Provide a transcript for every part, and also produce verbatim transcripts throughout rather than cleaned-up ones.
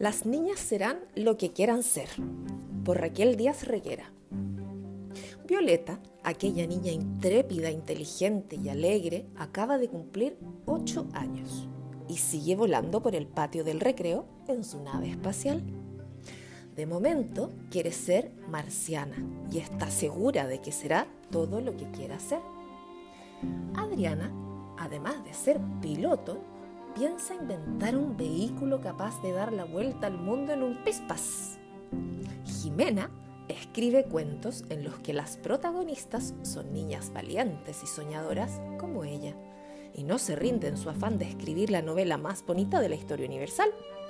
Las niñas serán lo que quieran ser, por Raquel Díaz Reguera. Violeta, aquella niña intrépida, inteligente y alegre, acaba de cumplir ocho años y sigue volando por el patio del recreo en su nave espacial. De momento quiere ser marciana y está segura de que será todo lo que quiera ser. Adriana, además de ser piloto, piensa inventar un vehículo capaz de dar la vuelta al mundo en un pispas. Jimena escribe cuentos en los que las protagonistas son niñas valientes y soñadoras como ella, y no se rinde en su afán de escribir la novela más bonita de la historia universal.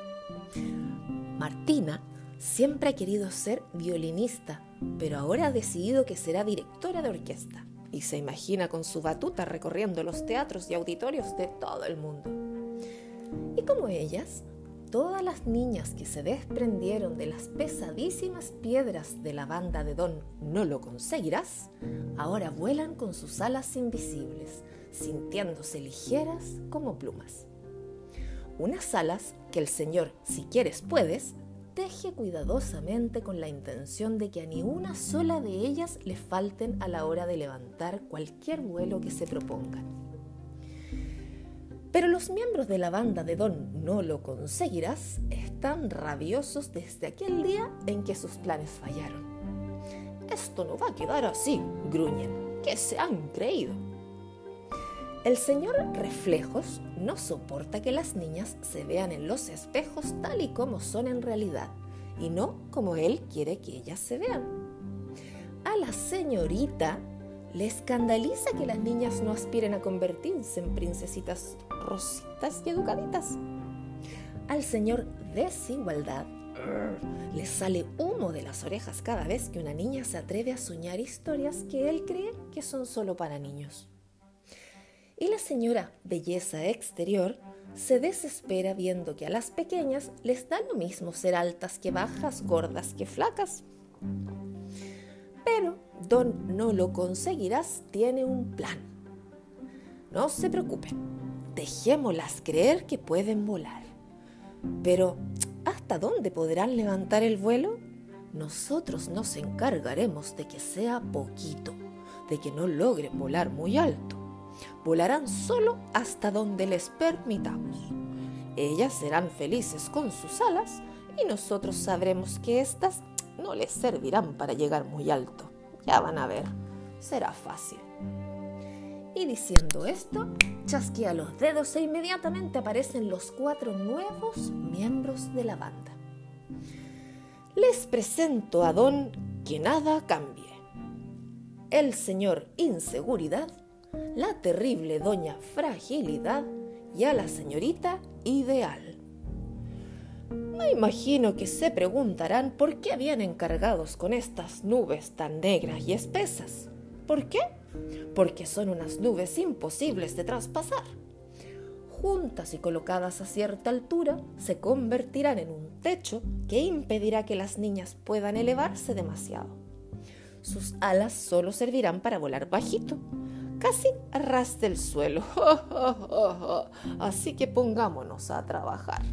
Martina siempre ha querido ser violinista, pero ahora ha decidido que será directora de orquesta, y se imagina con su batuta recorriendo los teatros y auditorios de todo el mundo. Y como ellas, todas las niñas que se desprendieron de las pesadísimas piedras de la banda de Don No Lo Conseguirás, ahora vuelan con sus alas invisibles, sintiéndose ligeras como plumas. Unas alas que el señor, si quieres puedes, teje cuidadosamente con la intención de que a ni una sola de ellas le falten a la hora de levantar cualquier vuelo que se propongan. Pero los miembros de la banda de Don No Lo Conseguirás están rabiosos desde aquel día en que sus planes fallaron. «Esto no va a quedar así», gruñen, «¿qué se han creído?». El señor Reflejos no soporta que las niñas se vean en los espejos tal y como son en realidad, y no como él quiere que ellas se vean. A la señorita le escandaliza que las niñas no aspiren a convertirse en princesitas rositas y educaditas. Al señor Desigualdad le sale humo de las orejas cada vez que una niña se atreve a soñar historias que él cree que son solo para niños. Y la señora Belleza Exterior se desespera viendo que a las pequeñas les da lo mismo ser altas que bajas, gordas que flacas. Pero Don No Lo Conseguirás tiene un plan. No se preocupen, dejémoslas creer que pueden volar. Pero, ¿hasta dónde podrán levantar el vuelo? Nosotros nos encargaremos de que sea poquito, de que no logren volar muy alto. Volarán solo hasta donde les permitamos. Ellas serán felices con sus alas y nosotros sabremos que éstas no les servirán para llegar muy alto. Ya van a ver, será fácil. Y diciendo esto, chasquea los dedos e inmediatamente aparecen los cuatro nuevos miembros de la banda. Les presento a Don Que Nada Cambie, el señor Inseguridad, la terrible Doña Fragilidad y a la señorita Ideal. Me imagino que se preguntarán por qué vienen encargados con estas nubes tan negras y espesas. ¿Por qué? Porque son unas nubes imposibles de traspasar. Juntas y colocadas a cierta altura, se convertirán en un techo que impedirá que las niñas puedan elevarse demasiado. Sus alas solo servirán para volar bajito, casi a ras del suelo. Así que pongámonos a trabajar.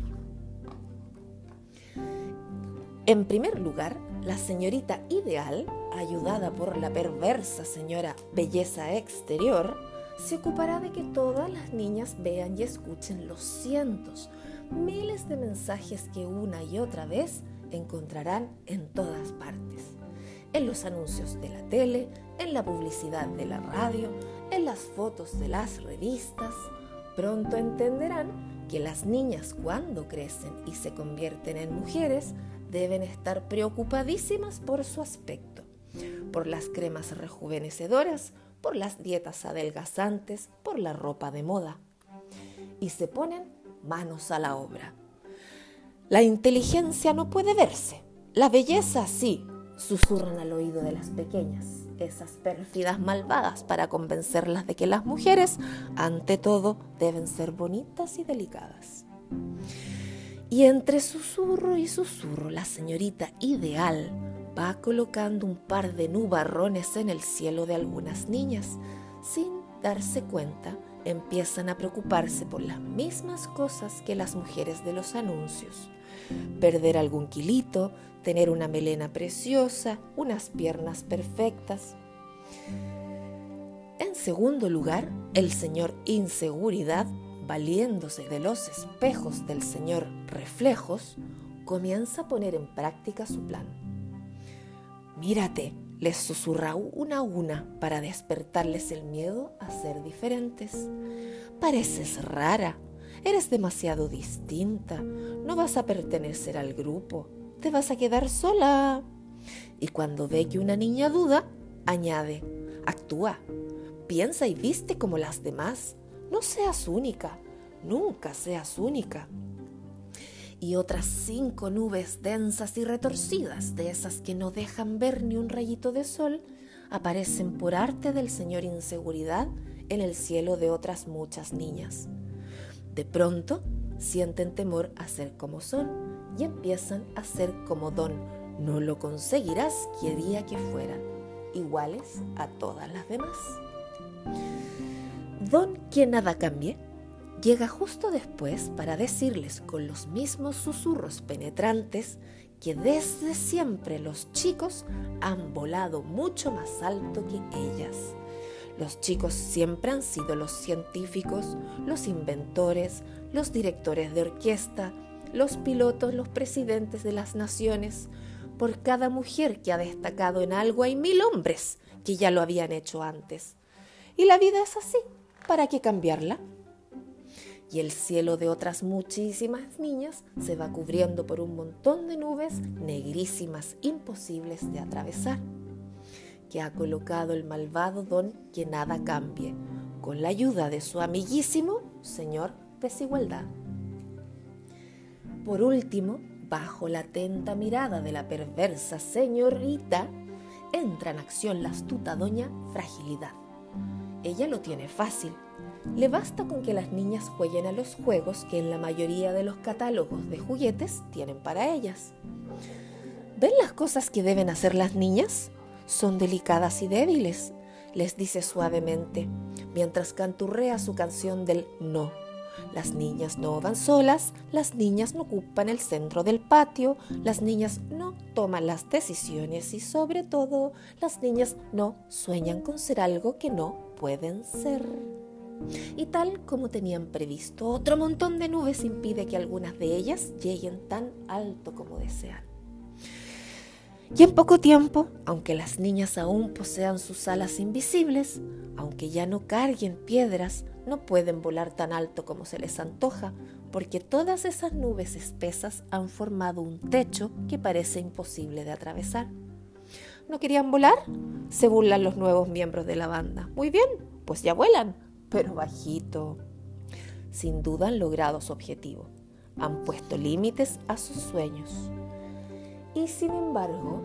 En primer lugar, la señorita Ideal, ayudada por la perversa señora Belleza Exterior, se ocupará de que todas las niñas vean y escuchen los cientos, miles de mensajes que una y otra vez encontrarán en todas partes. En los anuncios de la tele, en la publicidad de la radio, en las fotos de las revistas. Pronto entenderán que las niñas, cuando crecen y se convierten en mujeres, deben estar preocupadísimas por su aspecto, por las cremas rejuvenecedoras, por las dietas adelgazantes, por la ropa de moda. Y se ponen manos a la obra. La inteligencia no puede verse, la belleza sí, susurran al oído de las pequeñas, esas pérfidas malvadas para convencerlas de que las mujeres, ante todo, deben ser bonitas y delicadas. Y entre susurro y susurro, la señorita Ideal va colocando un par de nubarrones en el cielo de algunas niñas. Sin darse cuenta, empiezan a preocuparse por las mismas cosas que las mujeres de los anuncios. perder algún kilito, tener una melena preciosa, unas piernas perfectas. En segundo lugar, el señor Inseguridad, valiéndose de los espejos del señor Reflejos, comienza a poner en práctica su plan. Mírate, les susurra una a una para despertarles el miedo a ser diferentes. Pareces rara, eres demasiado distinta, no vas a pertenecer al grupo, te vas a quedar sola. Y cuando ve que una niña duda, añade, actúa, piensa y viste como las demás, no seas única, nunca seas única. Y otras cinco nubes densas y retorcidas, de esas que no dejan ver ni un rayito de sol, aparecen por arte del señor Inseguridad en el cielo de otras muchas niñas. De pronto sienten temor a ser como son y empiezan a ser como Don No Lo Conseguirás quería que fueran, iguales a todas las demás. Don Que Nada Cambie llega justo después para decirles con los mismos susurros penetrantes que desde siempre los chicos han volado mucho más alto que ellas. Los chicos siempre han sido los científicos, los inventores, los directores de orquesta, los pilotos, los presidentes de las naciones. Por cada mujer que ha destacado en algo hay mil hombres que ya lo habían hecho antes. Y la vida es así, ¿para qué cambiarla? Y el cielo de otras muchísimas niñas se va cubriendo por un montón de nubes negrísimas, imposibles de atravesar, que ha colocado el malvado Don Que Nada Cambie, con la ayuda de su amiguísimo señor Desigualdad. Por último, bajo la atenta mirada de la perversa señorita, entra en acción la astuta doña Fragilidad. Ella lo tiene fácil. Le basta con que las niñas jueguen a los juegos que en la mayoría de los catálogos de juguetes tienen para ellas. ¿Ven las cosas que deben hacer las niñas? Son delicadas y débiles, les dice suavemente, mientras canturrea su canción del no. Las niñas no van solas, las niñas no ocupan el centro del patio, las niñas no toman las decisiones y sobre todo, las niñas no sueñan con ser algo que no pueden ser. Y tal como tenían previsto, otro montón de nubes impide que algunas de ellas lleguen tan alto como desean. Y en poco tiempo, aunque las niñas aún posean sus alas invisibles, aunque ya no carguen piedras, no pueden volar tan alto como se les antoja, porque todas esas nubes espesas han formado un techo que parece imposible de atravesar. ¿No querían volar? Se burlan los nuevos miembros de la banda. Muy bien, pues ya vuelan, pero bajito. Sin duda han logrado su objetivo. Han puesto límites a sus sueños. Y sin embargo,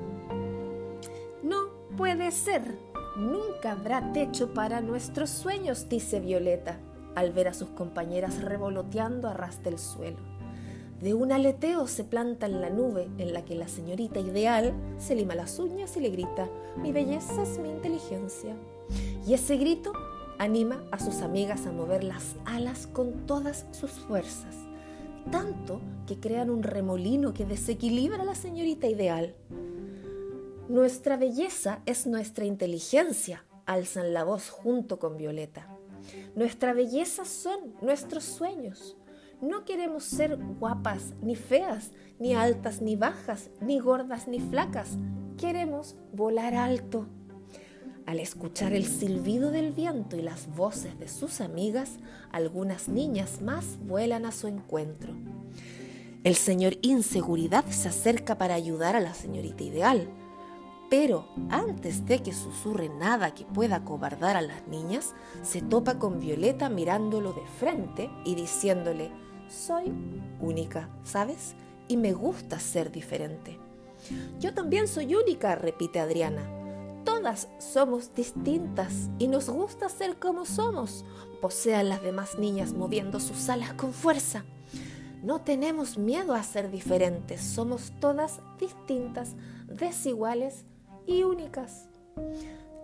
no puede ser. Nunca habrá techo para nuestros sueños, dice Violeta, al ver a sus compañeras revoloteando a ras del suelo. De un aleteo se planta en la nube en la que la señorita ideal se lima las uñas y le grita: mi belleza es mi inteligencia. Y ese grito anima a sus amigas a mover las alas con todas sus fuerzas, tanto que crean un remolino que desequilibra a la señorita ideal. Nuestra belleza es nuestra inteligencia, alzan la voz junto con Violeta. Nuestra belleza son nuestros sueños. No queremos ser guapas ni feas, ni altas ni bajas, ni gordas ni flacas. Queremos volar alto. Al escuchar el silbido del viento y las voces de sus amigas, algunas niñas más vuelan a su encuentro. El señor Inseguridad se acerca para ayudar a la señorita ideal, pero antes de que susurre nada que pueda acobardar a las niñas, se topa con Violeta mirándolo de frente y diciéndole: soy única, ¿sabes? Y me gusta ser diferente. Yo también soy única, repite Adriana. Todas somos distintas y nos gusta ser como somos, posean las demás niñas moviendo sus alas con fuerza. No tenemos miedo a ser diferentes, somos todas distintas, desiguales y únicas.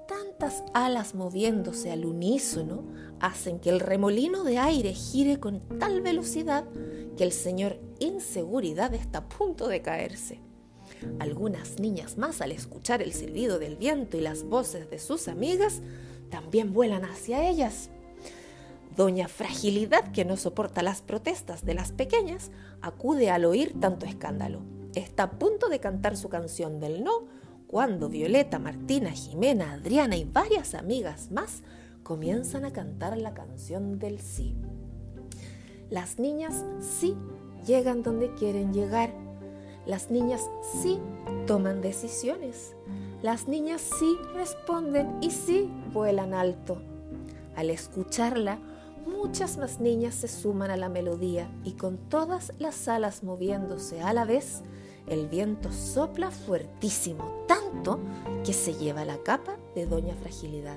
tantas alas moviéndose al unísono hacen que el remolino de aire gire con tal velocidad que el señor Inseguridad está a punto de caerse. Algunas niñas más, al escuchar el silbido del viento y las voces de sus amigas, también vuelan hacia ellas. Doña Fragilidad, que no soporta las protestas de las pequeñas, acude al oír tanto escándalo. Está a punto de cantar su canción del no, cuando Violeta, Martina, Jimena, Adriana y varias amigas más comienzan a cantar la canción del sí. Las niñas sí llegan donde quieren llegar. Las niñas sí toman decisiones. Las niñas sí responden y sí vuelan alto. Al escucharla, muchas más niñas se suman a la melodía y con todas las alas moviéndose a la vez, el viento sopla fuertísimo, tanto que se lleva la capa de Doña Fragilidad.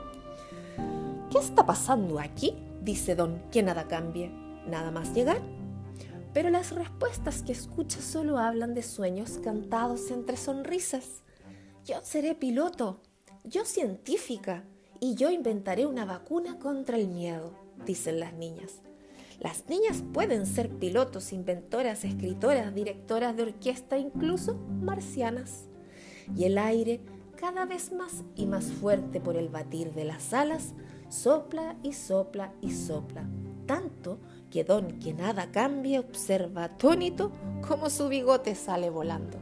¿Qué está pasando aquí?, dice Don Que Nada Cambie. ¿Nada más llegar? Pero las respuestas que escucha solo hablan de sueños cantados entre sonrisas. Yo seré piloto, yo científica, y yo inventaré una vacuna contra el miedo, dicen las niñas. Las niñas pueden ser pilotos, inventoras, escritoras, directoras de orquesta, incluso marcianas. Y el aire, cada vez más y más fuerte por el batir de las alas, sopla y sopla y sopla, tanto que Don Que Nada Cambie observa atónito cómo su bigote sale volando.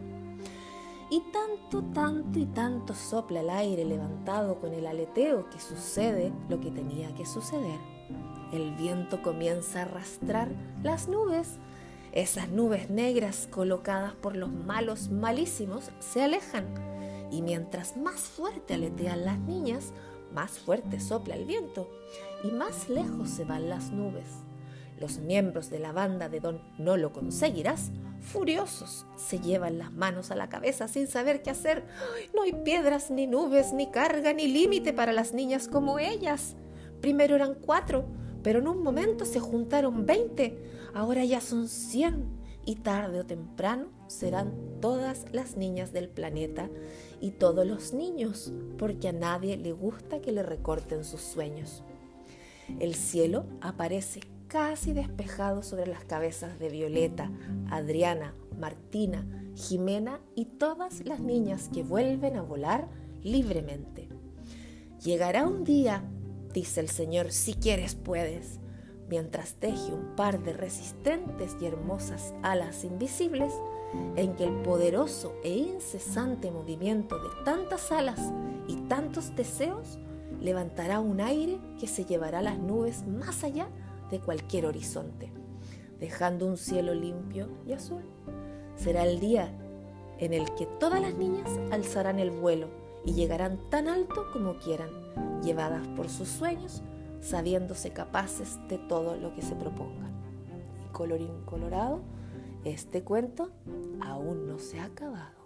Y tanto, tanto y tanto sopla el aire levantado con el aleteo que sucede lo que tenía que suceder. El viento comienza a arrastrar las nubes. Esas nubes negras colocadas por los malos malísimos se alejan. Y mientras más fuerte aletean las niñas, más fuerte sopla el viento y más lejos se van las nubes. Los miembros de la banda de Don No Lo Conseguirás, furiosos, se llevan las manos a la cabeza sin saber qué hacer. No hay piedras, ni nubes, ni carga, ni límite para las niñas como ellas. Primero eran cuatro, pero en un momento se juntaron veinte. Ahora ya son cien. Y tarde o temprano serán todas las niñas del planeta y todos los niños, porque a nadie le gusta que le recorten sus sueños. El cielo aparece casi despejado sobre las cabezas de Violeta, Adriana, Martina, Jimena y todas las niñas que vuelven a volar libremente. Llegará un día, dice el Señor, si quieres puedes, mientras teje un par de resistentes y hermosas alas invisibles, en que el poderoso e incesante movimiento de tantas alas y tantos deseos levantará un aire que se llevará las nubes más allá de cualquier horizonte, dejando un cielo limpio y azul. Será el día en el que todas las niñas alzarán el vuelo y llegarán tan alto como quieran, llevadas por sus sueños, sabiéndose capaces de todo lo que se propongan. Y colorín colorado, este cuento aún no se ha acabado.